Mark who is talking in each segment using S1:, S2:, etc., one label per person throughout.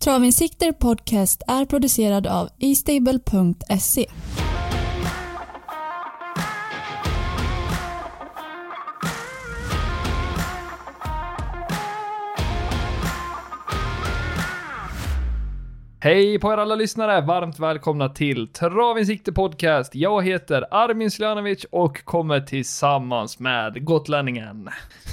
S1: Travinsikter podcast är producerad av eStable.se.
S2: Hej på er alla lyssnare, varmt välkomna till Travinsikter podcast. Jag heter Armin Sljanovic och kommer tillsammans med gotlänningen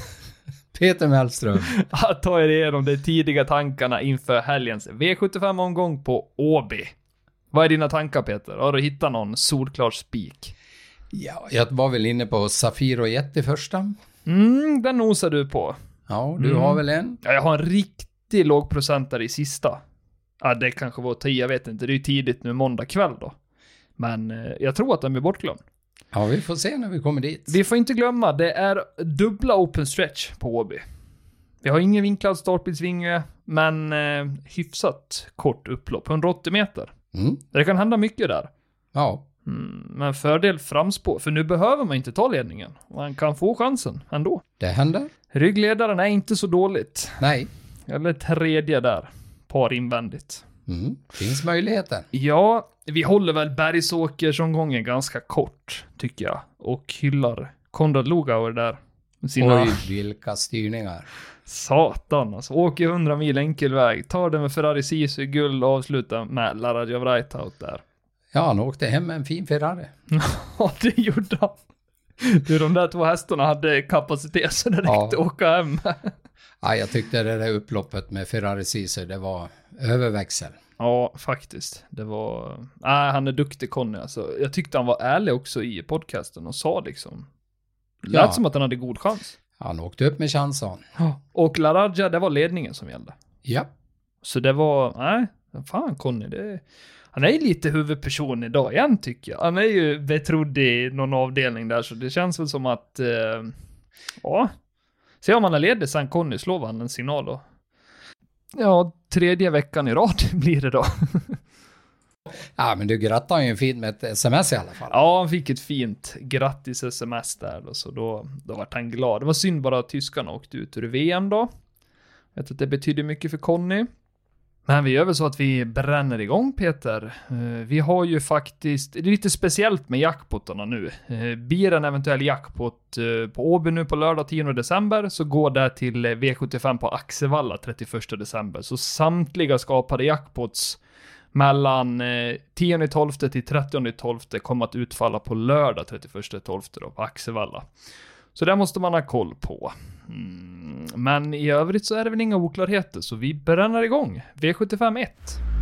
S3: Peter Mellström
S2: att ta er igenom de tidiga tankarna inför helgens V75-omgång på Åby. Vad är dina tankar, Peter? Har du hittat någon solklar spik?
S3: Ja, jag var väl inne på Safiro 1 i första.
S2: Den nosar du på.
S3: Ja, du har väl en?
S2: Ja, jag har en riktigt låg procentare i sista. Ja, det kanske var 10, jag vet inte. Det är ju tidigt nu, måndag kväll då. Men jag tror att den blir bortglömd.
S3: Ja, vi får se när vi kommer dit.
S2: Vi får inte glömma, det är dubbla open stretch på Åby. Vi har ingen vinklad startbilsvinge, men hyfsat kort upplopp, 180 meter. Det kan hända mycket där.
S3: Ja.
S2: Men fördel framspår, för nu behöver man inte ta ledningen. Man kan få chansen ändå.
S3: Det händer.
S2: Ryggledaren är inte så dåligt.
S3: Nej.
S2: Eller tredje där, par invändigt.
S3: Finns möjligheten.
S2: Ja, vi håller väl Bergsåkersomgången ganska kort, tycker jag. Och hyllar Konrad Lugauer där.
S3: Oj, vilka styrningar.
S2: Satan, alltså. Åker 100 mil enkelväg. Tar det med Ferrari Sisu guld och avslutar med Laradja Vrajtaut där.
S3: Ja, han åkte hem med en fin Ferrari.
S2: Ja, det gjorde han. Du, de där två hästarna hade kapacitet så det räckte åka hem.
S3: Ja, jag tyckte det där upploppet med Ferrari Sisu, det var överväxel.
S2: Ja, faktiskt. Det var... Nej, han är duktig, Conny. Alltså, jag tyckte han var ärlig också i podcasten och sa liksom... Lät som att han hade god chans.
S3: Han åkte upp med chansen.
S2: Och Laradja, det var ledningen som gällde.
S3: Ja.
S2: Så det var... Nej, fan Conny, det... Han är ju lite huvudperson idag igen, tycker jag. Han är ju betrodd i någon avdelning där, så det känns väl som att... ja... Se om han har ledit sen Conny slår han en signal då. Ja, 3:e veckan i rad blir det då.
S3: Ja, men du grattade ju fint med ett sms i alla fall.
S2: Ja, han fick ett fint grattis sms där då, så då var han glad. Det var synd bara att tyskarna åkte ut ur VM då. Jag vet att det betyder mycket för Conny. Men vi gör väl så att vi bränner igång, Peter. Vi har ju faktiskt, det är lite speciellt med jackpotarna nu. Blir en eventuell jackpot på Åby nu på lördag 10 december så går det till V75 på Axevalla 31 december. Så samtliga skapade jackpots mellan 10/12 till 30/12 kommer att utfalla på lördag 31/12 då på Axevalla. Så det måste man ha koll på. Men i övrigt så är det väl inga oklarheter, så vi bränner igång. V75 1.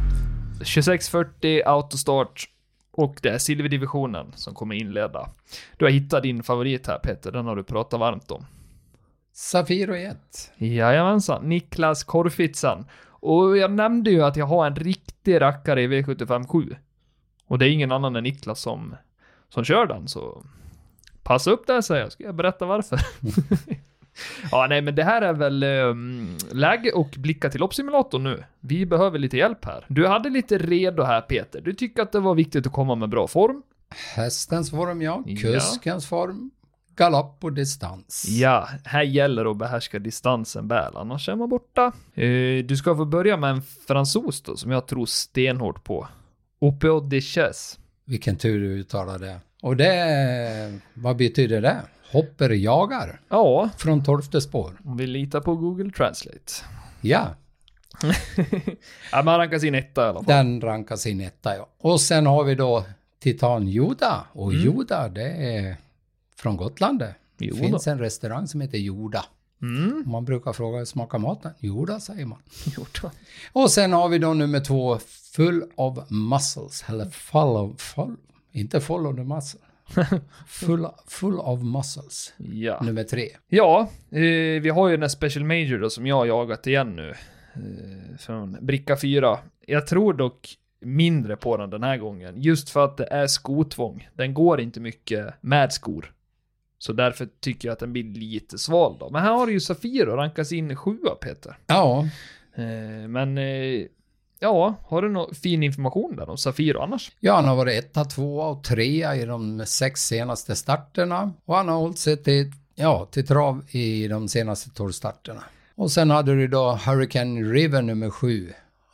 S2: 2640 autostart och det är silverdivisionen som kommer inleda. Du har hittat din favorit här, Peter, den har du pratat varmt om.
S3: Safiro 1.
S2: Jajamensan, Niklas Korfitsan. Och jag nämnde ju att jag har en riktig rackare i V75 7. Och det är ingen annan än Niklas som kör den, så passa upp där, säger jag. Ska jag berätta varför? Ja, nej, men det här är väl läge och blicka till loppsimulatorn nu. Vi behöver lite hjälp här. Du hade lite redo här, Peter. Du tycker att det var viktigt att komma med bra form.
S3: Hästens form, ja. Kuskens form. Galopp och distans.
S2: Ja, här gäller det att behärska distansen väl, annars är man borta. Du ska få börja med en fransos då, som jag tror stenhårt på. Opéo de Chess.
S3: Vilken tur du uttalar det. Och det, vad betyder det? Hopper jagar?
S2: Ja.
S3: Från 12:e spår.
S2: Vi litar på Google Translate.
S3: Ja.
S2: Ja, man rankas in etta i alla fall.
S3: Den rankas in etta, ja. Och sen har vi då Titan Joda. Och Joda, det är från Gotland. Det finns en restaurang som heter Joda. Man brukar fråga hur smakar maten. Joda, säger man.
S2: Joda.
S3: Och sen har vi då nummer 2, Full of Muscles. Eller inte Full of the Muscle. Full of Muscles.
S2: Ja.
S3: Nummer 3.
S2: Ja, vi har ju den här Special Major då, som jag har jagat igen nu. Från bricka 4. Jag tror dock mindre på den här gången. Just för att det är skotvång. Den går inte mycket med skor. Så därför tycker jag att den blir lite sval då. Men här har du ju Safiro rankas in 7, Peter.
S3: Ja.
S2: Men ja, har du någon fin information där om Safiro annars?
S3: Ja, han har varit 1, 2 och 3 i de 6 senaste starterna. Och han har hållit sig till trav i de senaste 12 starterna. Och sen hade du då Hurricane River nummer 7.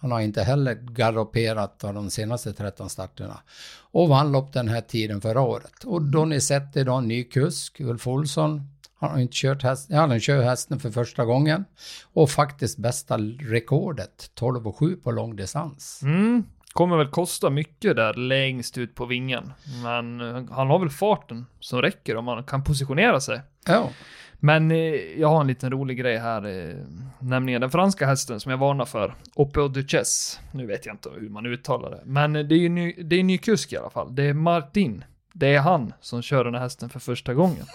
S3: Han har inte heller galopperat av de senaste 13 starterna. Och vann lopp den här tiden förra året. Och Donizetti då, ny kusk, Ulf Olsson. Han har inte kört hästen, han kör hästen för första gången. Och faktiskt bästa rekordet, 12,7 på långdistans.
S2: Kommer väl kosta mycket där längst ut på vingen. Men han har väl farten som räcker om man kan positionera sig.
S3: Ja.
S2: Men jag har en liten rolig grej här. Nämligen den franska hästen som jag varnar för. Oppo Duchesse. Nu vet jag inte hur man uttalar det. Men det är en ny kusk i alla fall. Det är Martin. Det är han som kör den här hästen för första gången.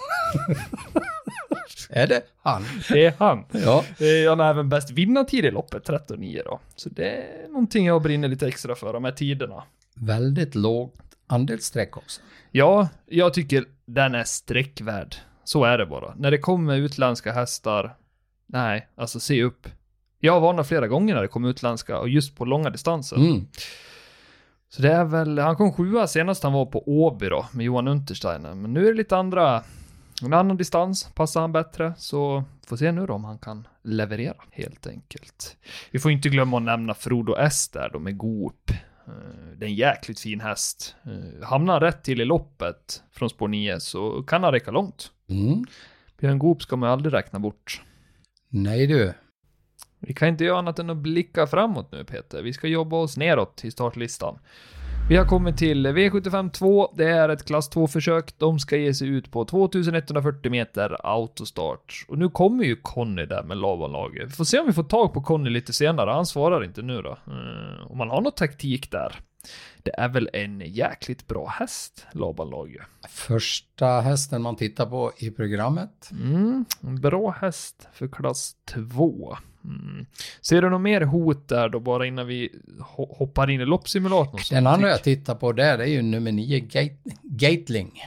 S3: Är det han?
S2: Det är han.
S3: Ja.
S2: Han har även bäst vinnartid i loppet, 13,9 då. Så det är någonting jag brinner lite extra för, de här tiderna.
S3: Väldigt lågt andelssträck också.
S2: Ja, jag tycker den är sträckvärd. Så är det bara. När det kommer utländska hästar, nej, alltså se upp. Jag har varnat flera gånger när det kommer utländska och just på långa distanser. Så det är väl, han kom 7 senast han var på Åby då, med Johan Untersteiner. Men nu är det lite en annan distans, passar han bättre. Så får se nu då om han kan leverera, helt enkelt. Vi får inte glömma att nämna Frodo S där då med Goop. Det är en jäkligt fin häst. Hamnar rätt till i loppet från spår 9 så kan han räcka långt. Björn Goop ska man aldrig räkna bort.
S3: Nej du.
S2: Vi kan inte göra annat än att blicka framåt nu, Peter. Vi ska jobba oss neråt i startlistan. Vi har kommit till V75-2. Det är ett klass 2-försök. De ska ge sig ut på 2140 meter autostart. Och nu kommer ju Conny där med Laban-laget. Vi får se om vi får tag på Conny lite senare. Han svarar inte nu då. Om man har någon taktik där. Det är väl en jäkligt bra häst, Laban-laget.
S3: Första hästen man tittar på i programmet.
S2: En bra häst för klass 2. Ser du något mer hot där då, bara innan vi hoppar in i loppsimulatorn?
S3: Den andra jag tittar på där är ju nummer 9, Gatling.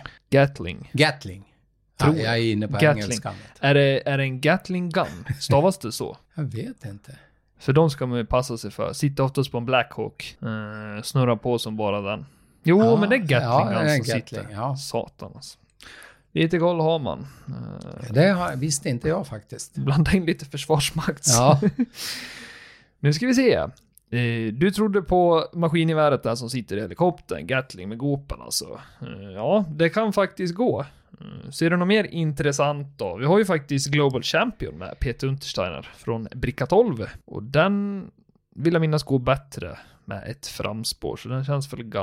S3: Ja, jag är inne på engelskan.
S2: Är det en Gatling gun? Stavas det så?
S3: Jag vet inte.
S2: För de ska man ju passa sig för. Sitta oftast på en Blackhawk. Snurra på som bara den. Jo, men det är Gatling gun som sitter. Ja. Satan alltså. Lite koll har man.
S3: Det visste inte jag faktiskt.
S2: Blanda in lite försvarsmakt.
S3: Ja.
S2: Nu ska vi se. Du trodde på maskingeväret där som sitter i helikoptern. Gatling med Goopen alltså. Ja, det kan faktiskt gå. Ser du något mer intressant då? Vi har ju faktiskt Global Champion med Peter Untersteiner från Bricka 12. Och den vill jag minnas gå bättre med ett framspår. Så den känns väl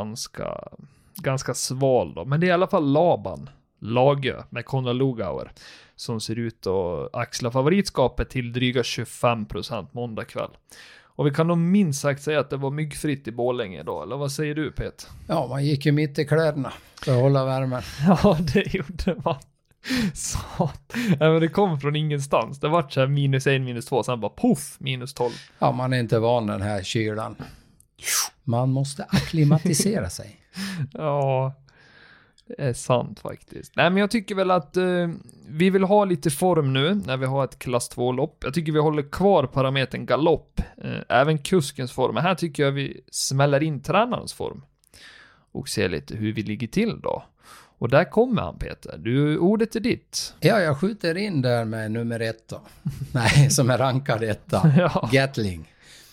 S2: ganska sval då. Men det är i alla fall Laban-Lagö med Konrad Lugauer som ser ut att axla favoritskapet till dryga 25% måndag kväll. Och vi kan nog minst sagt säga att det var myggfritt i Borlänge idag, eller vad säger du, Pet?
S3: Ja, man gick ju mitt i kläderna för att hålla värmen.
S2: Ja, det gjorde man. Så, men det kom från ingenstans. Det var så här -1, -2, sen bara poff, -12.
S3: Ja, man är inte van den här kylan. Man måste akklimatisera sig.
S2: Ja, det är sant faktiskt. Nej, men jag tycker väl att vi vill ha lite form nu när vi har ett klass 2-lopp. Jag tycker vi håller kvar parametern galopp. Även kuskens form. Men här tycker jag vi smäller in tränarens form. Och ser lite hur vi ligger till då. Och där kommer han, Peter. Ordet är ditt.
S3: Ja, jag skjuter in där med nummer 1 då. Nej, som är rankad 1.
S2: Ja.
S3: Gatling.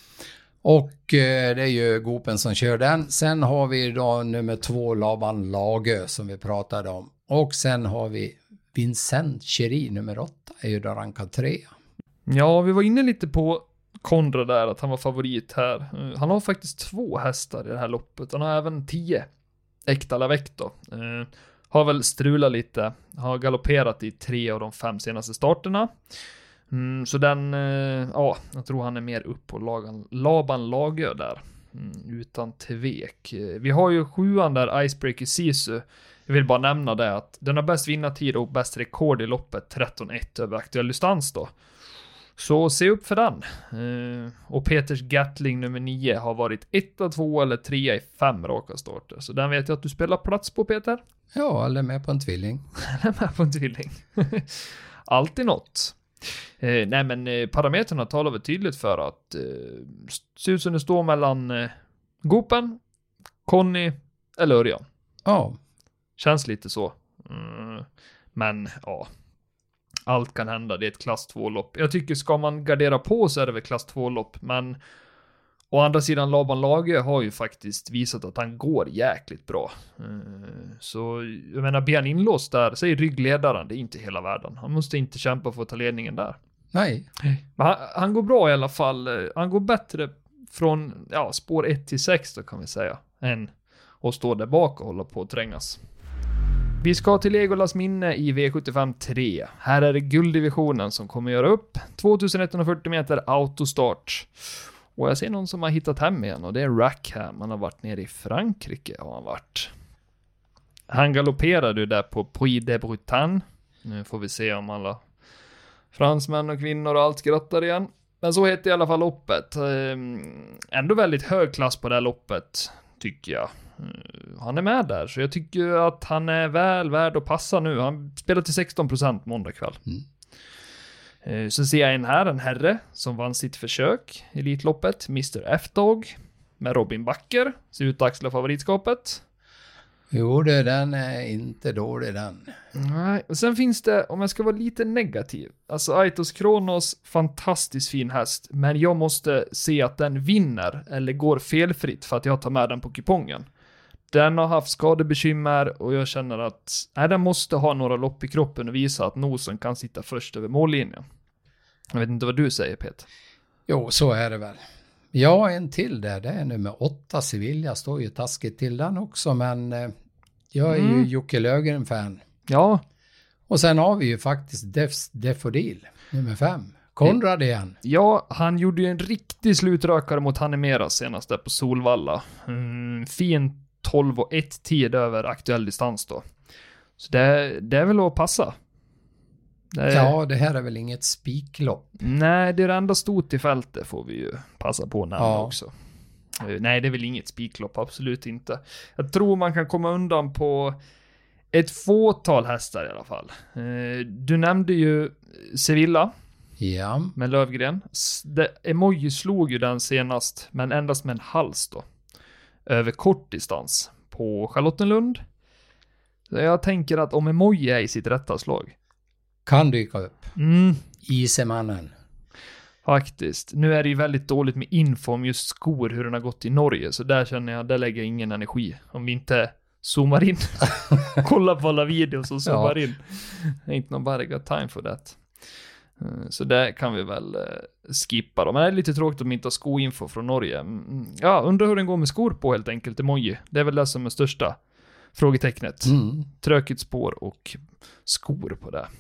S3: Och det är ju Gopen som kör den. Sen har vi då nummer 2 Laban-Lagö som vi pratade om. Och sen har vi Vincent Cherie nummer 8 är ju då rankad 3.
S2: Ja, vi var inne lite på Konrad där, att han var favorit här. Han har faktiskt 2 hästar i det här loppet. Han har även 10 äkta Lavec då. Har väl strulat lite. Har galopperat i 3 av de 5 senaste starterna. Så den, ja, jag tror han är mer upp på Laban-Lagö där. Utan tvek. Vi har ju 7an där, Icebreaker Sisu. Jag vill bara nämna det att den har bäst vinnartid och bäst rekord i loppet 13-1 över aktuell distans då. Så se upp för den. Och Peters Gatling nummer 9 har varit 1, 2 eller 3 i 5 raka starter. Så den vet jag att du spelar plats på, Peter.
S3: Ja, eller med på en tvilling.
S2: Eller med på en tvilling. Alltid något. Nej, men parametrarna talar väl tydligt för att ser ut som det står mellan Gopen, Conny eller Örjan.
S3: Ja.
S2: Känns lite så. Men ja, allt kan hända. Det är ett klass 2-lopp. Jag tycker ska man gardera på så är det väl klass 2-lopp. Men Å andra sidan, Laban Lage har ju faktiskt visat att han går jäkligt bra. Så jag menar, blir han inlåst där, säger ryggledaren, det är inte hela världen. Han måste inte kämpa för att ta ledningen där.
S3: Nej.
S2: Men han går bra i alla fall. Han går bättre från spår 1 till 6 då, kan vi säga, än att stå där bak och hålla på att trängas. Vi ska till Legolas minne i V75 3. Här är det gulddivisionen som kommer göra upp. 2140 meter autostart. Och jag ser någon som har hittat hem igen, och det är Rackham. Han har varit nere i Frankrike, har han varit. Han galopperade ju där på Puy de Bretagne. Nu får vi se om alla fransmän och kvinnor och allt skrattar igen. Men så heter i alla fall loppet. Ändå väldigt hög klass på det här loppet, tycker jag. Han är med där, så jag tycker att han är väl värd att passa nu. Han spelar till 16% måndag kväll. Så ser jag en herre som vann sitt försök i Elitloppet, Mr. F-Dog med Robin Backer, ser ut att axla favoritskapet.
S3: Jo, den är inte dålig den.
S2: Nej, och sen finns det, om jag ska vara lite negativ, alltså Aitos Kronos, fantastiskt fin häst, men jag måste se att den vinner eller går felfritt för att jag tar med den på kupongen. Den har haft skadebekymmer och jag känner att den måste ha några lopp i kroppen och visa att nosen kan sitta först över mållinjen. Jag vet inte vad du säger, Peter.
S3: Jo, så är det väl. Ja, en till där, det är nummer 8, Sevilla, står ju taskigt till den också, men jag är ju Jocke Löfgren-fan.
S2: Ja.
S3: Och sen har vi ju faktiskt Defodil, nummer 5. Konrad igen.
S2: Ja, han gjorde ju en riktig slutrökare mot Hanemera senast där på Solvalla. Fin 12 och 1 tid över aktuell distans då. Så det är väl att passa.
S3: Ja, det här är väl inget spiklopp.
S2: Nej, det är det enda stort i fältet, får vi ju passa på nämna också. Nej, det är väl inget spiklopp, absolut inte. Jag tror man kan komma undan på ett fåtal hästar i alla fall. Du nämnde ju Sevilla.
S3: Ja.
S2: Med Löfgren. Emoji slog ju den senast, men endast med en hals då. Över kort distans på Charlottenlund. Så jag tänker att om Emoji är i sitt rätta slag,
S3: kan dyka upp. Isemannen.
S2: Faktiskt. Nu är det ju väldigt dåligt med info om just skor, hur den har gått i Norge. Så där känner jag, där lägger jag ingen energi. Om vi inte zoomar in. Kolla på alla videos och zoomar in. Ain't nobody got time for that. Så det kan vi väl skippa då. Men det är lite tråkigt om inte har skoinfo från Norge. Ja, undrar hur den går med skor på helt enkelt. Emoji. Det är väl det som är största frågetecknet. Trökigt spår och skor på det.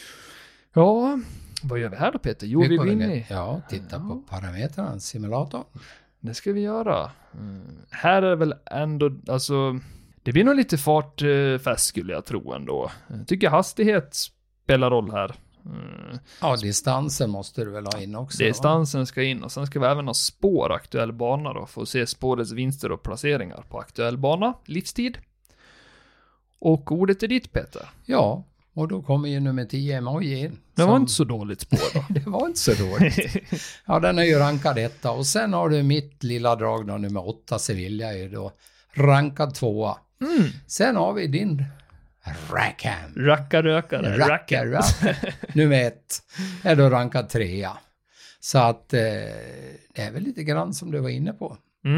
S2: Ja, vad gör vi här då, Peter? Jo, vi vinner.
S3: Ja, titta på parametrarna, simulatorn.
S2: Det ska vi göra. Här är väl ändå, alltså, det blir nog lite fartfest skulle jag tro ändå. Jag tycker hastighet spelar roll här.
S3: Ja, distansen måste du väl ha in också.
S2: Distansen ska in, och sen ska vi även ha spår, aktuell bana då, för att se spårets vinster och placeringar på aktuell bana, livstid. Och ordet är ditt, Peter.
S3: Ja, och då kommer ju nummer 10 Emoji in.
S2: Det var inte så dåligt spår då.
S3: Det var inte så dåligt. Ja, den är ju rankad 1. Och sen har du mitt lilla drag då, nummer 8 Sevilla är ju då rankad 2. Sen har vi din Rackham.
S2: Racka.
S3: Nummer 1 är då rankad 3. Så att det är väl lite grann som du var inne på.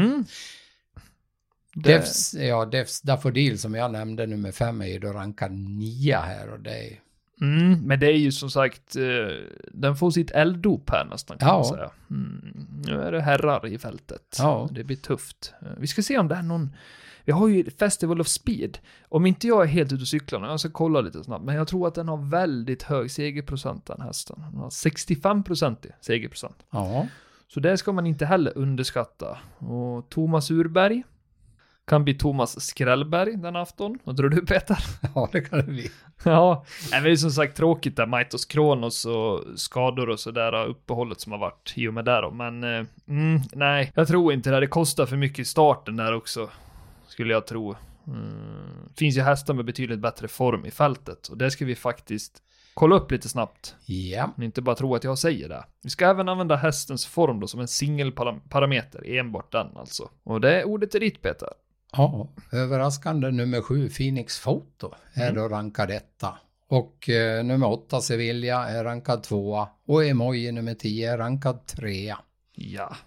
S3: Defs Daffodil som jag nämnde, nummer 5 är ju då rankad 9 här, och det är...
S2: men det är ju som sagt, den får sitt elddop här nästan, kan man säga. Nu är det herrar i fältet.
S3: Ja.
S2: Det blir tufft. Vi ska se om det är någon... Vi har ju Festival of Speed. Om inte jag är helt ute och cyklar, jag ska kolla lite snabbt, men jag tror att den har väldigt hög segerprocent, den hästen. Den har 65% segerprocent.
S3: Ja.
S2: Så det ska man inte heller underskatta. Och Thomas Urberg kan bli Thomas Skrällberg den afton. Vad tror du, Peter?
S3: Ja, det kan det bli.
S2: Ja, det är som sagt tråkigt där, Maitos Kronos och skador och sådär, uppehållet som har varit i och med där då. Men nej, jag tror inte det. Det kostar för mycket i starten där också, skulle jag tro. Finns ju hästar med betydligt bättre form i fältet, och det ska vi faktiskt kolla upp lite snabbt.
S3: Ja.
S2: Men inte bara tro att jag säger det. Vi ska även använda hästens form då som en singelparameter, enbart den alltså. Och det är ordet är ditt, Peter.
S3: Ja, överraskande nummer 7 Phoenix Photo är då rankad 1. Och nummer 8 Sevilla är rankad 2. Och Emoji nummer 10 är rankad 3.
S2: Ja,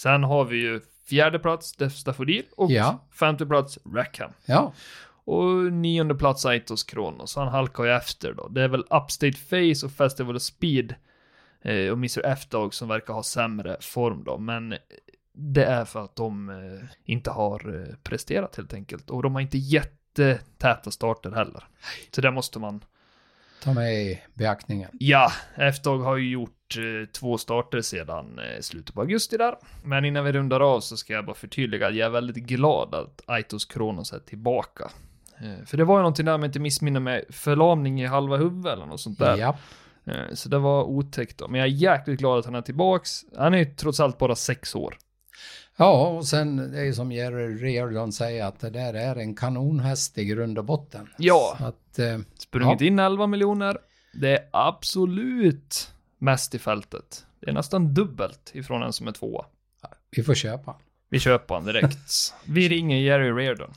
S2: Sen har vi ju 4:e plats Def Staffodil och 5:e plats Rackham.
S3: Ja.
S2: Och 9:e plats Aitos Kronos. Han halkar ju efter då. Det är väl Upstate Face och Festival of Speed och Mr. F-Dog som verkar ha sämre form då. Men det är för att de inte har presterat helt enkelt. Och de har inte jättetäta starter heller. Så det måste man
S3: ta med i beaktningen.
S2: Ja, F-Dog har ju gjort 2 starter sedan slutet på augusti där. Men innan vi rundar av så ska jag bara förtydliga att jag är väldigt glad att Aitos Kronos är tillbaka. För det var ju någonting där med inte missminner med förlamning i halva huvudet eller något sånt där.
S3: Ja.
S2: Så det var otäckt då. Men jag är jäkligt glad att han är tillbaks. Han är ju trots allt bara 6 år.
S3: Ja, och sen det är ju som Jerry Reardon säger att det där är en kanonhäst i grund och botten.
S2: Ja,
S3: så att,
S2: sprungit in 11 miljoner. Det är absolut mest i fältet. Det är nästan dubbelt ifrån en som är 2.
S3: Vi får köpa.
S2: Vi köper han direkt. Vi ringer Jerry Reardon.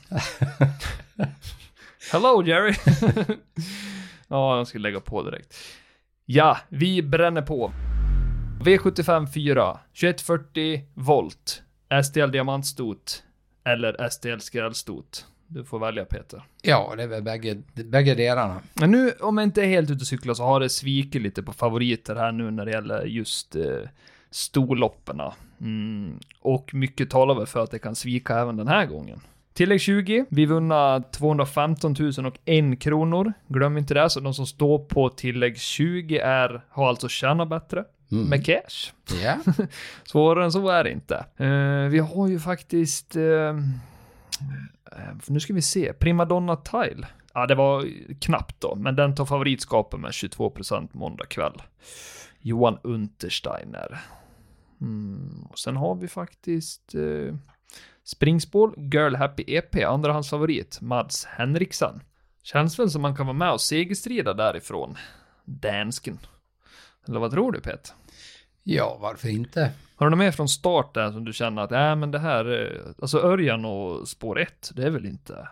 S2: Hello Jerry. Ja, jag ska lägga på direkt. Ja, vi bränner på. V75 4, 2140 volt, STL diamantstot eller STL skrällstot. Du får välja, Peter.
S3: Ja, det är väl bägge delarna.
S2: Men nu, om jag inte är helt ute och cyklar, så har det svikit lite på favoriter här nu när det gäller just storlopperna. Och mycket talar väl för att det kan svika även den här gången. Tillägg 20, vi vunna 215 001 kronor. Glöm inte det, så de som står på tillägg 20 har alltså tjänat bättre med cash.
S3: Yeah.
S2: Svårare än så är det inte. Vi har ju faktiskt... nu ska vi se. Primadonna Tile. Ja, det var knappt då. Men den tar favoritskapet med 22% måndag kväll. Johan Untersteiner. Och sen har vi faktiskt... Springspår, Girl Happy EP, andra hans favorit, Mads Henriksen. Känns väl som man kan vara med och segerstrida därifrån. Dansken. Eller vad tror du, Pet?
S3: Ja, varför inte?
S2: Har du något mer från start där som du känner att men det här, alltså Örjan och spår 1, det är väl inte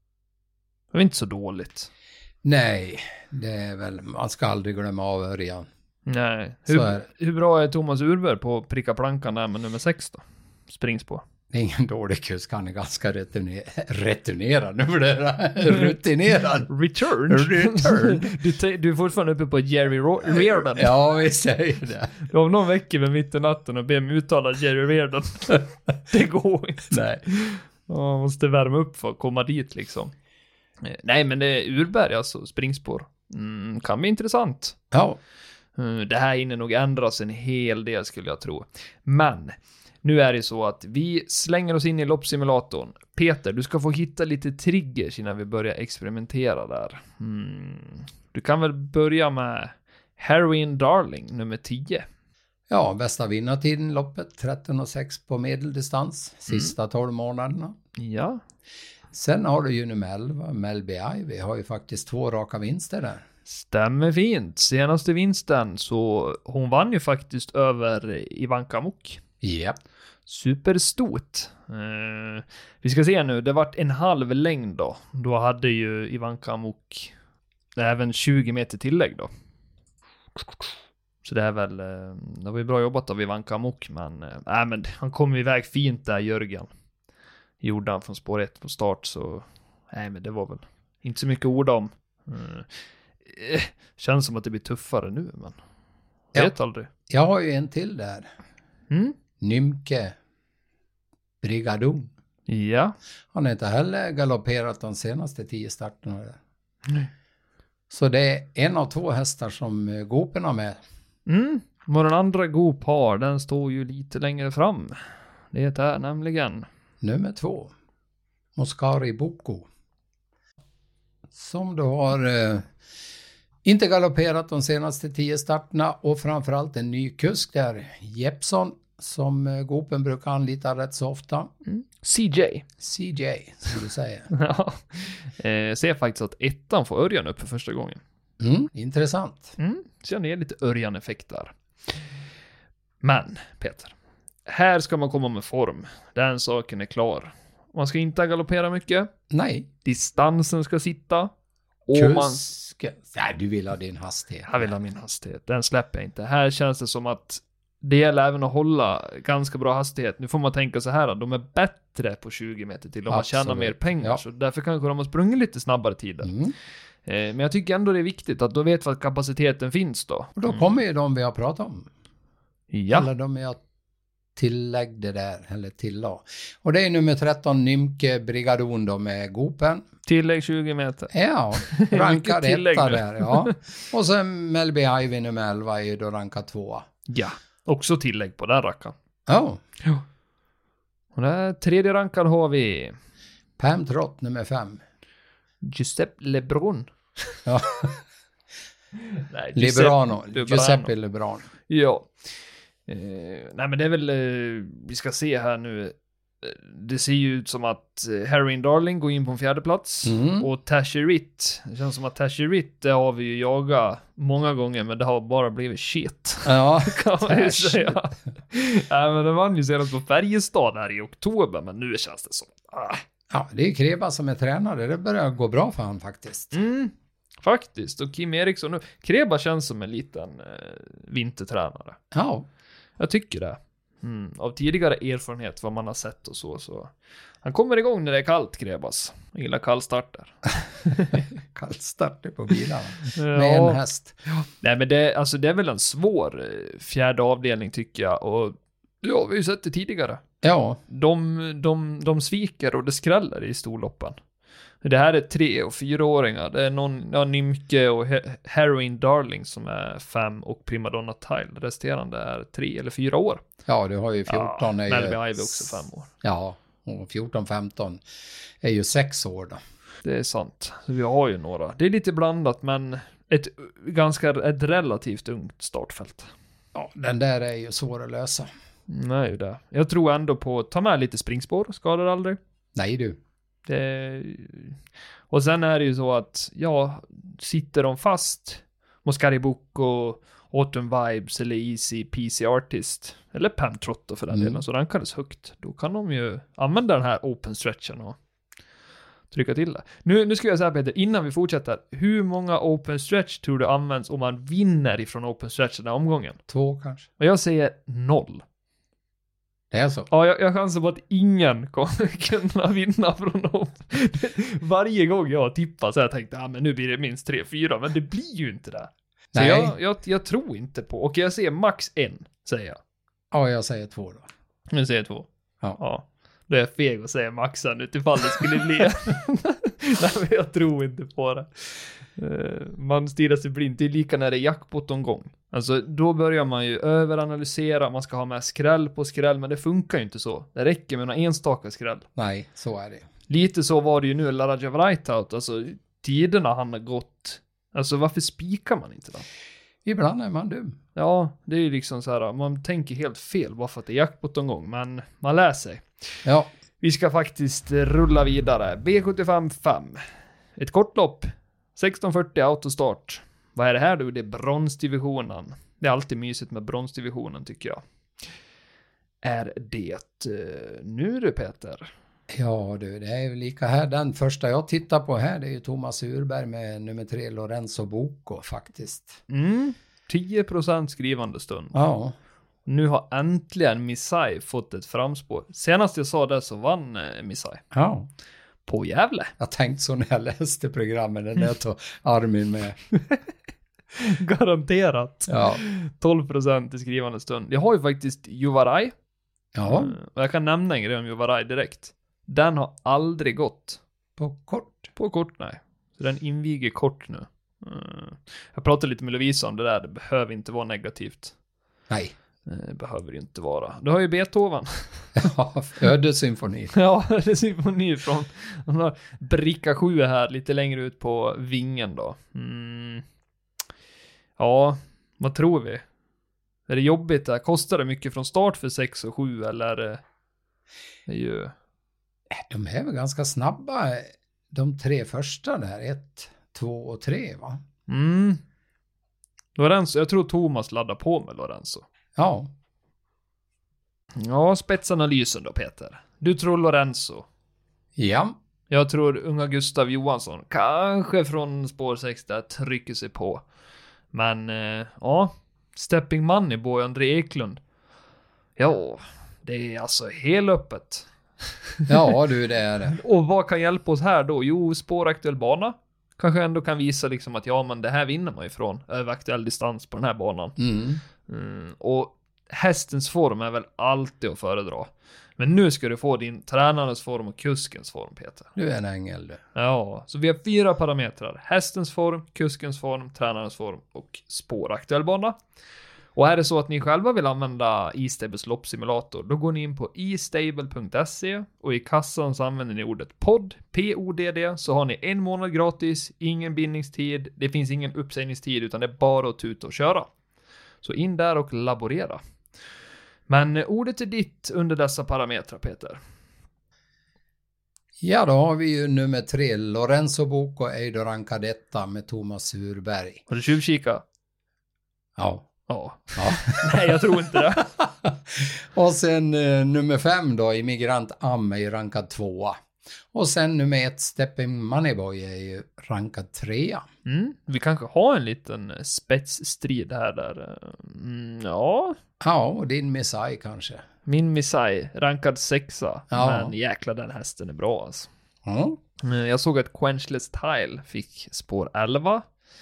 S2: så dåligt?
S3: Nej, det är väl, man ska aldrig glömma av Örjan.
S2: Nej, hur bra är Thomas Urberg på att pricka plankan där med nummer 6 då? Springspår.
S3: Det är ingen dålig kusk, han är ganska rutinerad. Nu blir det rutinerad.
S2: Returned. Du är fortfarande uppe på Jerry Reardon.
S3: Ja, vi säger det.
S2: Du har någon vecka med mitt i natten och ber mig uttala Jerry Reardon. Det går inte.
S3: Nej.
S2: Man måste värma upp för att komma dit liksom. Nej, men det är Urberg alltså, springspår. Kan bli intressant.
S3: Ja.
S2: Det här hinner nog ändras en hel del skulle jag tro. Men... nu är det så att vi slänger oss in i loppsimulatorn. Peter, du ska få hitta lite triggers innan vi börjar experimentera där. Du kan väl börja med Heroin Darling, nummer 10.
S3: Ja, bästa vinnartiden loppet, 13,6 på medeldistans, sista 12 månaderna.
S2: Ja.
S3: Sen har du ju nummer 11, Melby Ivy, har ju faktiskt 2 raka vinster där.
S2: Stämmer fint. Senaste vinsten, så hon vann ju faktiskt över Ivanka Mok.
S3: Ja.
S2: Superstort. Vi ska se nu, det vart en halv längd då. Då hade ju Ivanka Mok även 20 meter tillägg då. Så det är väl, det var ju bra jobbat av Ivanka Mok, men han kom iväg fint där, Jörgen. Gjorde han från spår 1 på start, så men det var väl inte så mycket ord om. Känns som att det blir tuffare nu, men jag vet aldrig.
S3: Jag har ju en till där. Nymke Brigadon.
S2: Ja.
S3: Han har inte heller galopperat de senaste 10 starterna där.
S2: Nej.
S3: Så det är en av 2 hästar som Gopen har med.
S2: Vad den andra Gop har, den står ju lite längre fram. Det är nämligen
S3: nummer 2. Moscari Boko. Som du har inte galopperat de senaste 10 starterna, och framförallt en ny kusk där, Jeppson, som Gopen brukar anlita rätt så ofta.
S2: CJ,
S3: som du säger.
S2: Ja. Ser faktiskt att 1:an får Örjan upp för första gången.
S3: Intressant.
S2: Så det är lite Örjan-effekt där. Men, Peter, här ska man komma med form. Den saken är klar. Man ska inte galoppera mycket.
S3: Nej.
S2: Distansen ska sitta. Och
S3: Nej, du vill ha din hastighet.
S2: Jag vill ha min hastighet. Den släpper jag inte. Här känns det som att det gäller även att hålla ganska bra hastighet. Nu får man tänka så här, de är bättre på 20 meter till om man tjänar mer pengar. Ja. Så därför kanske de har sprungit lite snabbare tider. Men jag tycker ändå det är viktigt att då vet vad kapaciteten finns då.
S3: Och då kommer ju de vi har pratat om.
S2: Ja.
S3: Eller de jag tilläggde där, eller tillade. Och det är nummer 13, Nymke Brigadon då med Gopen.
S2: Tillägg 20 meter.
S3: Ja, rankad etta där, ja. Och sen Melby Ivy nummer 11 är ju då rankad 2.
S2: Ja, också tillägg på den rackaren.
S3: Ja.
S2: Och där tredje rankad har vi
S3: Pam Trott nummer 5.
S2: Giuseppe Lebrun.
S3: Ja.
S2: Nej,
S3: Giuseppe Lebrano.
S2: Ja. Nej men det är väl, vi ska se här nu. Det ser ju ut som att Harry Darling går in på en 4:e plats. Och Tasherit, det känns som att Tasherit, det har vi ju jagat många gånger, men det har bara blivit shit.
S3: Ja,
S2: kan man ju säga. Nej men det vann ju senast på Färjestad här i oktober, men nu känns det som
S3: Ja, det är Kreba som är tränare, det börjar gå bra för han faktiskt.
S2: Faktiskt, och Kim Eriksson nu, Kreba känns som en liten vintertränare.
S3: Ja.
S2: Jag tycker det. Av tidigare erfarenhet vad man har sett och så. Han kommer igång när det är kallt, Krebas. Jag gillar kallstarter.
S3: Kallstarter på bilarna. Med en häst.
S2: Ja. Nej men det är väl en svår fjärde avdelning tycker jag. Och ja, vi har ju sett det tidigare.
S3: Ja.
S2: De sviker och det skräller i storloppen. Det här är 3- och 4-åringar. Det är Nymke och Heroin Darling som är 5 och Primadonna Tile. Resterande är 3 eller 4 år.
S3: Ja, du har ju 14.
S2: Melby Ivy också 5 år.
S3: Ja, och 14-15 är ju 6 år då.
S2: Det är sant. Så vi har ju några. Det är lite blandat, men ett relativt ungt startfält.
S3: Ja, den där är ju svår att lösa.
S2: Nej, det. Jag tror ändå på ta med lite springspår. Skadar aldrig.
S3: Nej du.
S2: Och sen är det ju så att sitter de fast Moscari Book och Autumn Vibes eller Easy PC Artist eller Pam Trotto för den delen, så rankades högt, då kan de ju använda den här open stretchen och trycka till det. Nu ska jag säga, Peter, innan vi fortsätter, hur många open stretch tror du används om man vinner ifrån open stretch den här omgången?
S3: 2 kanske.
S2: Och jag säger 0.
S3: Det är så?
S2: Ja, jag chansar på att ingen kommer kunna vinna från dem. Varje gång jag tippar så jag tänkte, men nu blir det minst 3-4, men det blir ju inte det. Så
S3: nej.
S2: Jag tror inte på, och jag säger max 1, säger jag.
S3: Ja, jag säger 2 då.
S2: Nu säger 2.
S3: Ja.
S2: Det är feg att säga maxan utifall det skulle bli. Nej, men jag tror inte på det. Man stirrar sig blind. Det är lika när det är jackpot-omgång. Alltså, då börjar man ju överanalysera. Man ska ha med skräll på skräll, men det funkar ju inte så. Det räcker med några enstaka skräll.
S3: Nej, så är det.
S2: Lite så var det ju nu, Laraja Vrajtaut. Alltså, tiderna han har gått. Alltså, varför spikar man inte då?
S3: Ibland är man dum.
S2: Ja, det är ju liksom så här. Man tänker helt fel bara för att det är jackpot-omgång. Men man lär sig.
S3: Ja.
S2: Vi ska faktiskt rulla vidare. B75 5. Ett kortlopp. 1640 autostart. Vad är det här då? Det är bronsdivisionen. Det är alltid mysigt med bronsdivisionen tycker jag. Är det nu du, Peter?
S3: Ja du, det är ju lika här. Den första jag tittar på här, det är ju Thomas Urberg med nummer 3 Lorenzo Bocco faktiskt.
S2: 10% skrivande stund.
S3: Ja.
S2: Nu har äntligen Missai fått ett framspår. Senast jag sa det så vann Missai.
S3: Ja.
S2: På Gävle.
S3: Jag tänkte så när jag läste programmen. Den där tog Armin med.
S2: Garanterat.
S3: Ja.
S2: 12% i skrivande stund. Jag har ju faktiskt Juvaraj.
S3: Ja.
S2: Och jag kan nämna en grej om Juvaraj direkt. Den har aldrig gått.
S3: På kort?
S2: På kort, nej. Så den inviger kort nu. Jag pratade lite med Lovisa om det där. Det behöver inte vara negativt.
S3: Nej.
S2: Det behöver det inte vara. Du har ju Beethoven.
S3: Ja, ödesymfoni.
S2: Ja, det är symfoni från bricka 7 här, lite längre ut på vingen då. Ja, vad tror vi? Är det jobbigt där? Kostar det mycket från start för 6 och 7 eller? Det är ju...
S3: De är väl ganska snabba, de 3 första där. 1, 2 och 3 va?
S2: Lorenzo, jag tror Thomas laddar på med Lorenzo.
S3: Ja.
S2: Ja, spetsanalysen då, Peter. Du tror Lorenzo.
S3: Ja.
S2: Jag tror unga Gustav Johansson. Kanske från spår 6 där trycker sig på. Men, ja. Stepping Money, Boy André Eklund. Ja, det är alltså helt öppet.
S3: Ja du, det är det.
S2: Och vad kan hjälpa oss här då? Jo, spåraktuell bana. Kanske ändå kan visa liksom att ja, men det här vinner man ifrån över aktuell distans på den här banan. Och hästens form är väl alltid att föredra. Men nu ska du få din tränarens form och kuskens form, Peter.
S3: Du är en ängel du.
S2: Ja, så vi har 4 parametrar. Hästens form, kuskens form, tränarens form och spåraktuell bana. Och är det så att ni själva vill använda eStables loppsimulator, då går ni in på estable.se och i kassan så använder ni ordet podd, PODD, så har ni 1 månad gratis, ingen bindningstid, det finns ingen uppsägningstid utan det är bara att tuta och köra. Så in där och laborera. Men ordet är ditt under dessa parametrar, Peter.
S3: Ja, då har vi ju nummer 3, Lorenzo Bocco Eido Rancadetta med Thomas Surberg.
S2: Har du tjuvkika?
S3: Ja.
S2: Ja. Nej, jag tror inte det.
S3: Och sen nummer 5 då, Immigrant Am är ju rankad 2. Och sen nummer 1, Stepping Moneyboy är ju rankad 3.
S2: Vi kanske har en liten spetsstrid här där. Ja.
S3: Ja, och din Messiah kanske.
S2: Min Messiah, rankad 6.
S3: Ja.
S2: Men jäkla den hästen är bra alltså. Jag såg att Quenchless Tile fick spår 11.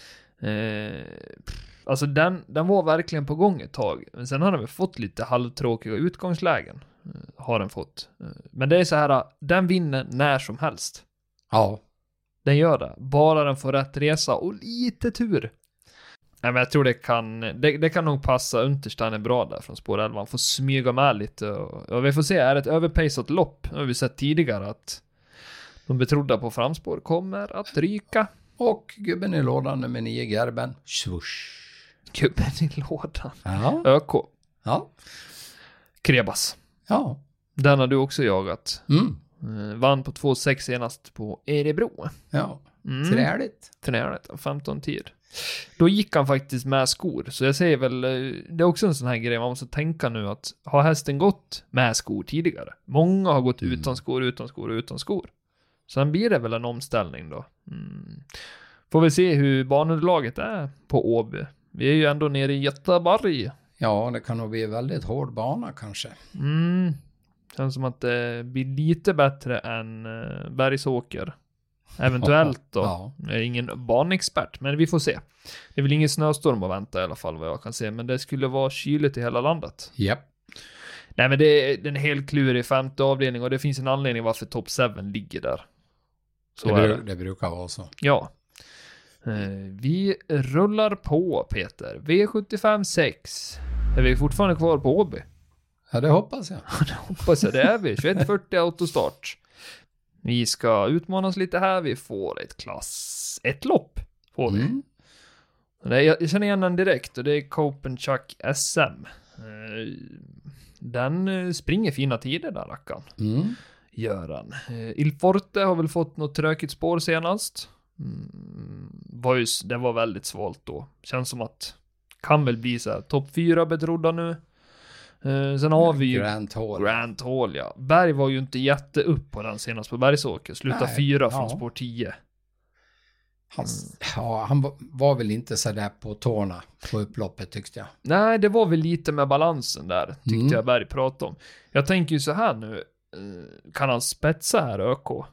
S2: Alltså den var verkligen på gång ett tag. Men sen har den väl fått lite halvtråkiga utgångslägen. Har den fått. Men det är så här, den vinner när som helst.
S3: Ja.
S2: Den gör det. Bara den får rätt resa och lite tur. Nej, men jag tror det kan nog passa. Unterstein är bra där från spår 11. Han får smyga med lite. Och vi får se, är det ett överpaceat lopp? Nu har vi sett tidigare att de betrodda på framspår kommer att ryka.
S3: Och gubben i lådan nummer 9, Gerben. Swoosh.
S2: Gubben i lådan.
S3: Ja.
S2: ÖK.
S3: Ja.
S2: Krebas.
S3: Ja.
S2: Den har du också jagat. Vann på 2,6 senast på Erebro.
S3: Ja. Träligt.
S2: 15 tid. Då gick han faktiskt med skor. Så jag säger väl, det är också en sån här grej. Man måste tänka nu att har hästen gått med skor tidigare? Många har gått utan skor. Sen blir det väl en omställning då. Får vi se hur banunderlaget är på Åby. Vi är ju ändå nere i Göteborg.
S3: Ja, det kan nog bli väldigt hård bana kanske.
S2: Känns som att det blir lite bättre än Bergsåker. Eventuellt då.
S3: Ja.
S2: Jag är ingen banexpert, men vi får se. Det är väl ingen snöstorm att vänta i alla fall vad jag kan se. Men det skulle vara kyligt i hela landet.
S3: Japp.
S2: Nej, men det är en helt klurig 5:e avdelning och det finns en anledning varför Top 7 ligger där. Så
S3: det brukar vara så.
S2: Ja. Vi rullar på, Peter. V75 6. Är vi fortfarande kvar på Åby?
S3: Ja, det hoppas jag.
S2: Det är vi. 21:40 autostart. Vi ska utmanas lite här. Vi får ett klass 1-lopp. Får vi. Jag känner igen den direkt och det är Copenchuck SM. Den springer fina tider där, rackan. Gör den. Il Forte har väl fått något trökigt spår senast. Det var väldigt svalt då. Känns som att kan väl bli så här topp 4 betrodda nu. Sen har vi ju Grand Hall, ja. Berg var ju inte jätte upp på den senast på Bergsåker. Sluta 4 från spår 10.
S3: Han var väl inte så där på tårna på upploppet tyckte jag.
S2: Nej, det var väl lite med balansen där, tyckte jag Berg pratade om. Jag tänker ju så här nu. Kan han spetsa här ÖK?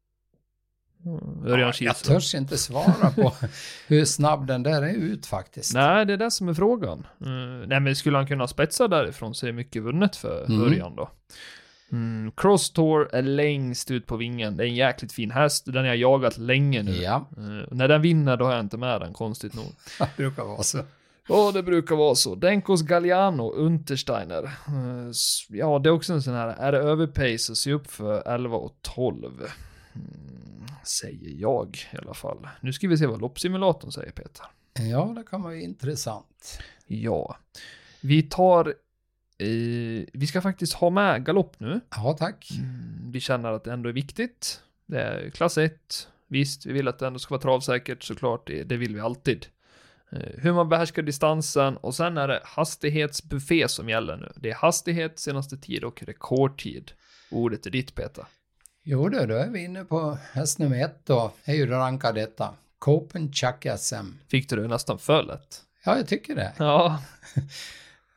S3: Jag törs inte svara på hur snabb den där är ut faktiskt.
S2: Nej, det är det som är frågan. Nej, men skulle han kunna spetsa därifrån så är mycket vunnet för Örjan då. Cross Tour är längst ut på vingen. Det är en jäkligt fin häst. Den har jag jagat länge nu.
S3: Ja.
S2: När den vinner då har jag inte med den, konstigt nog.
S3: Det brukar vara så.
S2: Ja, det brukar vara så. Denkos Galliano, Untersteiner. Ja, det är också en sån här. Är det överpace så se upp för 11 och 12. Säger jag i alla fall. Nu ska vi se vad loppsimulatorn säger, Peter.
S3: Ja, det kan vara intressant.
S2: Ja. Vi tar... vi ska faktiskt ha med galopp nu.
S3: Ja, tack.
S2: Vi känner att det ändå är viktigt. Det är klass 1. Visst, vi vill att det ändå ska vara travsäkert, såklart. Det vill vi alltid. Hur man behärskar distansen. Och sen är det hastighetsbuffé som gäller nu. Det är hastighet, senaste tid och rekordtid. Ordet är ditt, Peter.
S3: Jo, då är vi inne på häst nummer 1 då. Är ju rankad detta. Copenchuck SM.
S2: Fick du det nästan för lätt?
S3: Ja, jag tycker det.
S2: Ja.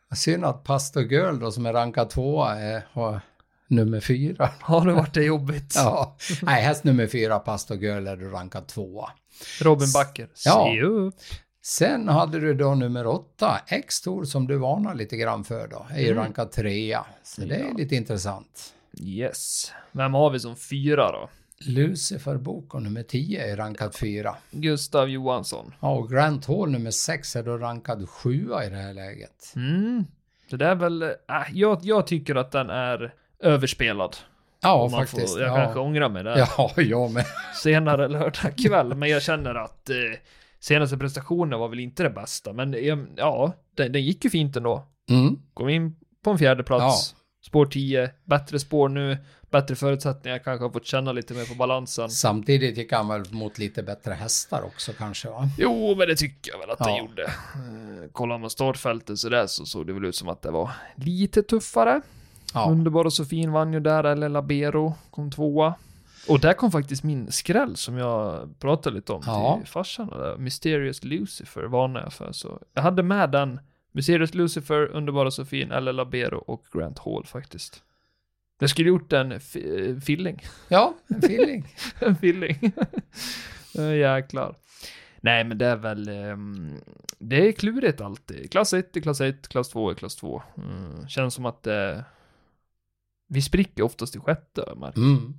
S3: Synd att Pastor Girl då, som är rankad 2 har nummer 4.
S2: Har det varit det jobbigt?
S3: Ja, nej, häst nummer 4, Pastor Girl, är du rankad 2.
S2: Robin Backer, se upp.
S3: Sen hade du då nummer 8, X-Tour, som du varnar lite grann för då. Är ju rankad 3. Så det är lite intressant.
S2: Yes. Vem har vi som 4 då?
S3: Lucifer Boko nummer 10 är rankad 4.
S2: Gustav Johansson.
S3: Ja, och Grant Hall nummer 6 är då rankad 7 i det här läget.
S2: Det där är väl... jag tycker att den är överspelad.
S3: Ja, faktiskt.
S2: Jag kanske ångrar mig där.
S3: Ja, jag med.
S2: Senare lördag kväll. Men jag känner att senaste prestationen var väl inte det bästa. Men ja, den gick ju fint ändå. Kom in på en 4:e plats. Ja. Spår 10, bättre spår nu, bättre förutsättningar, kanske har fått känna lite mer på balansen.
S3: Samtidigt gick han väl mot lite bättre hästar också kanske, va?
S2: Jo, men det tycker jag väl att han gjorde. Kollar man startfältet så där så såg det väl ut som att det var lite tuffare. Ja. Underbar och så fin vann ju där, eller Labero kom 2. Och där kom faktiskt min skräll som jag pratade lite om till farsan. Mysterious Lucifer varnade jag för. Så jag hade med den. Mysterious Lucifer, Underbara Sofin, eller Labero och Grant Hall faktiskt. Jag skulle gjort en filling.
S3: Ja, en filling.
S2: En filling. Jäklar. Nej, men det är väl... det är klurigt alltid. Klass 1 är klass 1, klass 2 är klass 2. Känns som att vi spricker oftast i 6:e.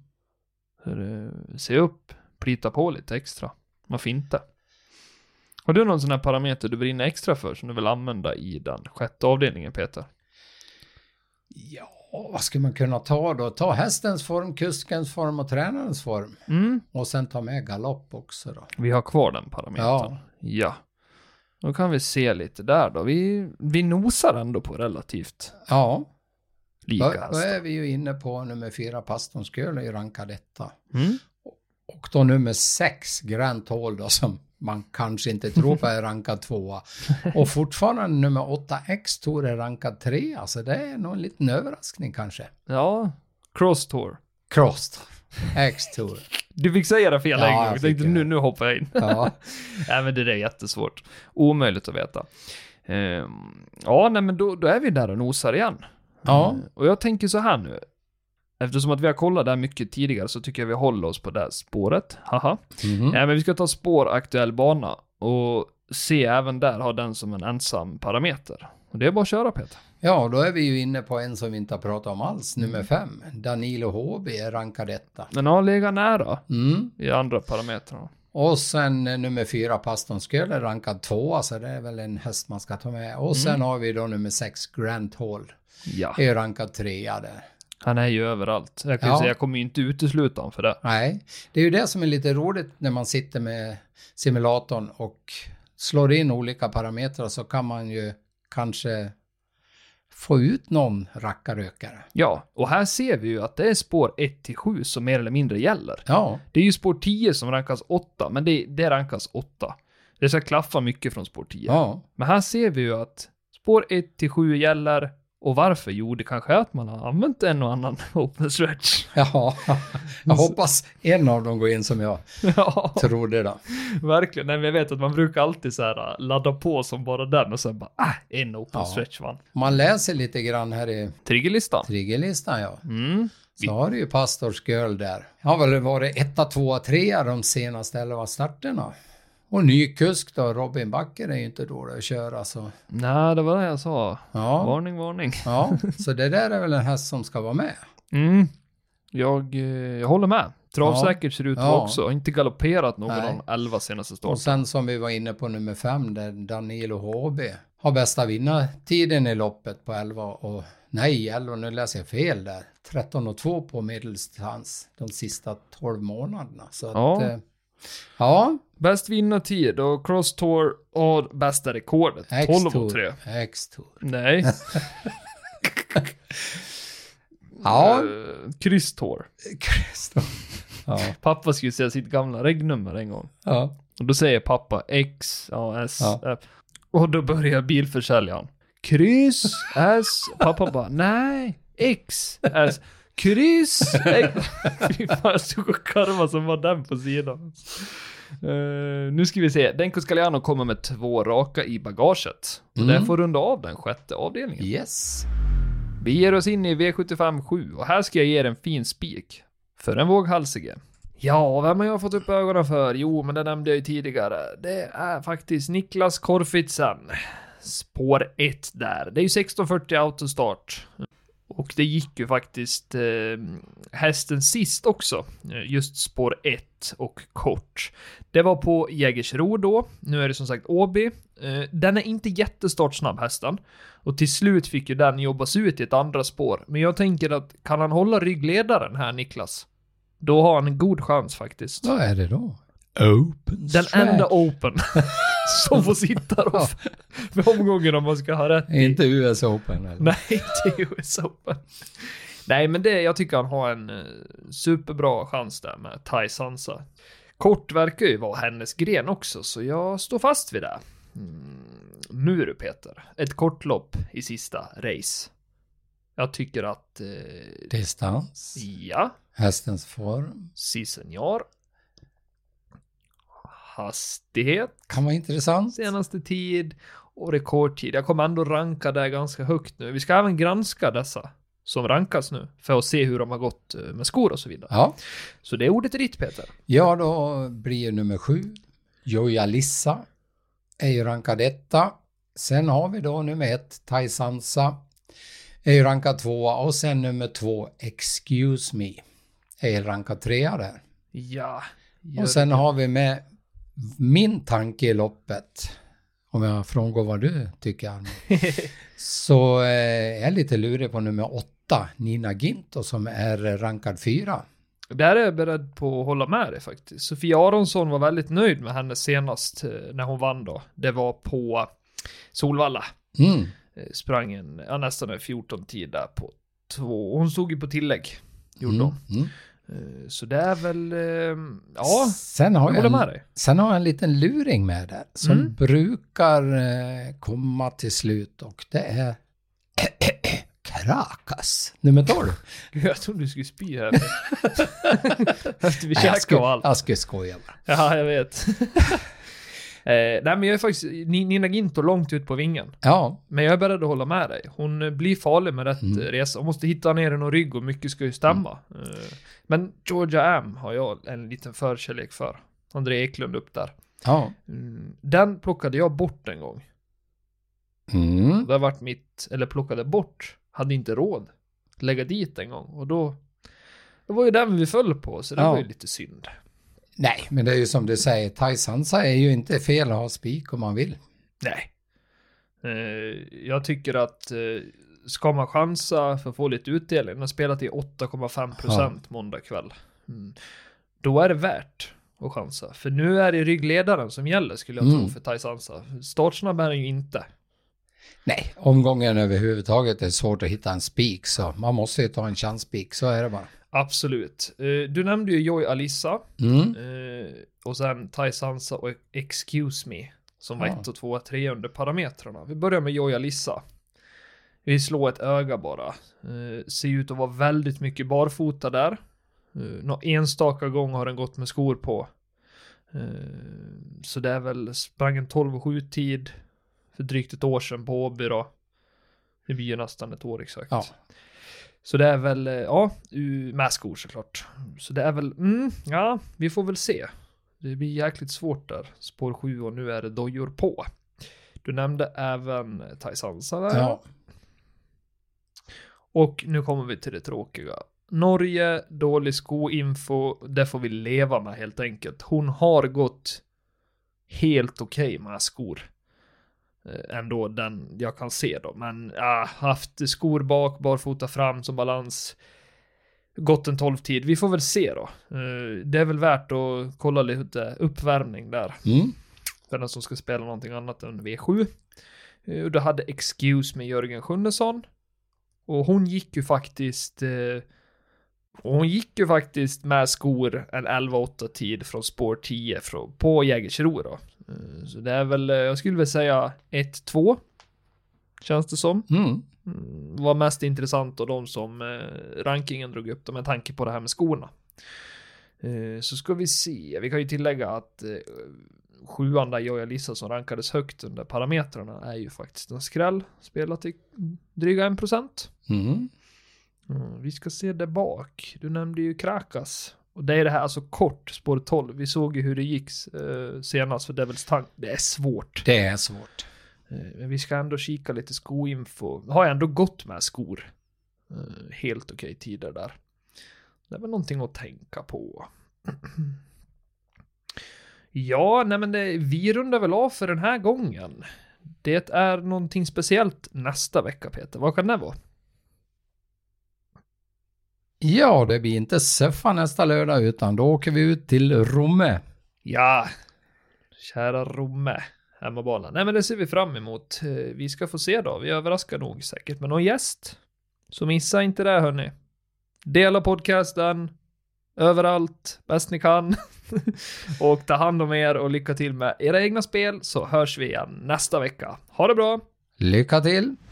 S2: Se upp, plita på lite extra. Varför inte? Har du någon sån här parameter du brinner extra för som du vill använda i den 6:e avdelningen, Peter?
S3: Ja, vad ska man kunna ta då? Ta hästens form, kuskens form och tränarens form. Och sen ta med galopp också då.
S2: Vi har kvar den parametern. Ja. Då kan vi se lite där då. Vi nosar ändå på relativt lika hästar.
S3: Då är vi ju inne på nummer 4, Pastorns Girl, i rankad 1. Och då nummer 6, Grant Hall då, som man kanske inte tror på är rankad 2. Och fortfarande nummer 8, X-Tour, är rankad 3. Alltså det är nog en liten överraskning kanske.
S2: Ja, Cross Tour.
S3: X-Tour.
S2: Du fick säga det fel en gång. Jag tänkte nu hoppar jag in. Ja. Nej, men det är jättesvårt. Omöjligt att veta. Nej, men då är vi där och nosar igen. Ja. Och jag tänker så här nu. Eftersom att vi har kollat där mycket tidigare så tycker jag vi håller oss på det spåret. Haha. Men vi ska ta spår aktuell bana och se även där ha den som en ensam parameter. Och det är bara att köra, Peter.
S3: Ja, då är vi ju inne på en som vi inte har pratat om alls. Nummer 5, Danilo HB, är rankad 1.
S2: Den har legat nära i andra parametrar.
S3: Och sen nummer 4, Pastorns Girl, är rankad 2. Så det är väl en häst man ska ta med. Och sen har vi då nummer 6, Grant Hall. Ja. Är rankad 3 där.
S2: Han är ju överallt. Jag kan säga, jag kommer ju inte utesluta honom för det.
S3: Nej, det är ju det som är lite roligt när man sitter med simulatorn och slår in olika parametrar, så kan man ju kanske få ut någon rackarökare.
S2: Ja, och här ser vi ju att det är spår 1-7 som mer eller mindre gäller.
S3: Ja.
S2: Det är ju spår 10 som rankas 8, men det rankas 8. Det ska klaffa mycket från spår 10. Ja. Men här ser vi ju att spår 1-7 gäller. Och varför? Jo, det kanske är att man har använt en och annan open stretch.
S3: Ja, jag hoppas en av dem går in som jag trodde då.
S2: Verkligen, nej, men jag vet att man brukar alltid så här ladda på som bara den och sen bara, en open stretch vann.
S3: Man läser lite grann här i Triggerlistan, ja. Så har du ju Pastor's Girl där. Har väl varit 1, 2, 3 de senaste 11 starterna. Och ny kusk då, Robin Backer, är ju inte dålig att köra så.
S2: Nej, det var det jag sa. Ja. Varning.
S3: Ja, så det där är väl en häst som ska vara med.
S2: Jag håller med. Travsäkert ser ut också. Har inte galopperat någon av de 11 senaste starten. Och
S3: sen som vi var inne på nummer 5, där Danilo HB har bästa vinnartiden i loppet på 11 och... Nej, nu läser jag fel där. 13,2 på medeldistans de sista 12 månaderna. Så att...
S2: Bäst vinnartid och Cross Tour och bästa rekordet. 12,3.
S3: X-Tour.
S2: Nej. Kryss Tour. Ja. Pappa skulle säga sitt gamla regnummer en gång. Ja. Och då säger pappa X, S, F. Och då börjar bilförsäljaren. Kryss, S. Pappa bara, nej, X, S. Kryss, X. Fy fan, jag stod och karva som var den på sidan. Nu ska vi se. Denko Scaliano kommer med 2 raka i bagaget. Och den får runda av den 6:e avdelningen.
S3: Yes.
S2: Vi ger oss in i V75 7 och här ska jag ge er en fin spik för en våghalsige. Ja, vem har jag fått upp ögonen för? Jo, men det nämnde jag ju tidigare. Det är faktiskt Niklas Korfitsen. Spår 1 där. Det är ju 16:40 autostart. Och det gick ju faktiskt hästen sist också. Just spår 1 och kort. Det var på Jägersro då. Nu är det som sagt Åby. Den är inte jättestartsnabb hästen. Och till slut fick ju den jobbas ut i ett andra spår. Men jag tänker att kan han hålla ryggledaren här, Niklas? Då har han en god chans faktiskt.
S3: Vad är det då? Open
S2: Den
S3: track.
S2: enda open som får sitta då med omgången om man ska ha rätt.
S3: Inte US Open eller?
S2: Nej, inte US Open. Nej, men jag tycker han har en superbra chans där med Tai Sansa. Kort verkar ju vara hennes gren också, så jag står fast vid det. Nu är det Peter. Ett kortlopp i sista race. Jag tycker att...
S3: Distans.
S2: Ja.
S3: Hästens form.
S2: Si senior. Hastighet.
S3: Kan vara intressant.
S2: Senaste tid och rekordtid. Jag kommer ändå ranka det ganska högt nu. Vi ska även granska dessa som rankas nu för att se hur de har gått med skor och så vidare.
S3: Ja.
S2: Så det är ordet ditt, Peter.
S3: Ja, då blir nummer 7. Joja Lissa är ju rankad 1. Sen har vi då nummer 1, Tai Sansa. Är ju rankad 2. Och sen nummer 2, Excuse Me. Är ju rankad 3 där.
S2: Ja.
S3: Och sen har vi med min tanke i loppet. Om jag frångår vad du tycker. Så är jag lite lurig på nummer 8, Nina Ginto, som är rankad 4.
S2: Där är jag beredd på att hålla med dig faktiskt. Sofia Aronsson var väldigt nöjd med henne senast när hon vann då. Det var på Solvalla. Sprang nästan en 14 tid där på 2. Hon stod ju på tillägg. Gjorde hon. Så det är väl... ja,
S3: sen har
S2: jag håller med dig.
S3: Sen har jag en liten luring med där. Som brukar komma till slut. Och det är... Krakas. Nummer 12.
S2: Jag trodde du skulle spy här. Efter vi käkade och allt.
S3: Jag ska skoja bara.
S2: Ja, jag vet. Nej, men jag är faktiskt Nina Ginto långt ut på vingen.
S3: Ja.
S2: Men jag är beredd att hålla med dig. Hon blir farlig med rätt resa. Hon måste hitta ner den och rygg och mycket ska ju stämma. Men Georgia Am har jag en liten förkärlek för. André Eklund upp där.
S3: Ja.
S2: Den plockade jag bort en gång. Det har varit plockade bort. Hade inte råd att lägga dit en gång. Och då var ju den vi föll på. Så det var ju lite synd.
S3: Nej, men det är ju som du säger. Tai Sansa är ju inte fel att ha spik om man vill.
S2: Nej. Jag tycker att ska man chansa för att få lite utdelning. Den har spelat i 8,5% måndag kväll. Då är det värt att chansa. För nu är det ryggledaren som gäller skulle jag tro för Tai Sansa. Startsnabb är den ju inte.
S3: Nej, omgången överhuvudtaget är svårt att hitta en spik. Så man måste ju ta en chansspik, så är det bara.
S2: Absolut. Du nämnde ju Joy Alissa. Och sen Tai Sansa och Excuse Me. Som var 1 och 2 och 3 under parametrarna. Vi börjar med Joy Alissa. Vi slår ett öga bara. Ser ut att vara väldigt mycket barfota där. Någon enstaka gång har den gått med skor på. Så det är väl sprang en 12:07 tid för drygt ett år sedan på Åby då. Det blir ju nästan ett år exakt.
S3: Ja.
S2: Så det är väl, med skor såklart. Så det är väl, vi får väl se. Det blir jäkligt svårt där. Spår 7 och nu är det dojor på. Du nämnde även Tai Sansa där.
S3: Ja.
S2: Och nu kommer vi till det tråkiga. Norge, dålig skoinfo. Det får vi leva med helt enkelt. Hon har gått helt okej med skor. Ändå den jag kan se då. Men haft skor bak, barfota fram som balans. Gått en 12-tid. Vi får väl se då. Det är väl värt att kolla lite uppvärmning där. För den som ska spela någonting annat än V7. Då hade Excuse Me Jörgen Sjunnesson. Och hon gick ju faktiskt med skor en 11-8 tid från spår 10 på Jägersro då. Så det är väl, jag skulle väl säga 1-2. Känns det som. Var mest intressant av de som rankingen drog upp med tanke på det här med skorna. Så ska vi se. Vi kan ju tillägga att 7:an där jag och Lisa som rankades högt under parametrarna är ju faktiskt en skräll. Spelat i dryga 1%. Vi ska se där bak. Du nämnde ju Krakas. Och det är det här alltså kort, spår 12. Vi såg ju hur det gick senast för Devil's Tongue. Det är svårt.
S3: Det är svårt.
S2: Men vi ska ändå kika lite skoinfo. Har jag ändå gått med skor. Helt okej tider där. Det är väl någonting att tänka på. Ja, nej men vi rundar väl av för den här gången. Det är någonting speciellt nästa vecka, Peter. Vad kan det vara?
S3: Ja, det blir inte Seffa nästa lördag utan då åker vi ut till Romme.
S2: Ja, kära Romme. Hemmabanan. Nej men det ser vi fram emot. Vi ska få se då. Vi överraskar nog säkert med någon gäst. Så missa inte det hörni. Dela podcasten. Överallt. Bäst ni kan. Och ta hand om er och lycka till med era egna spel. Så hörs vi igen nästa vecka. Ha det bra.
S3: Lycka till.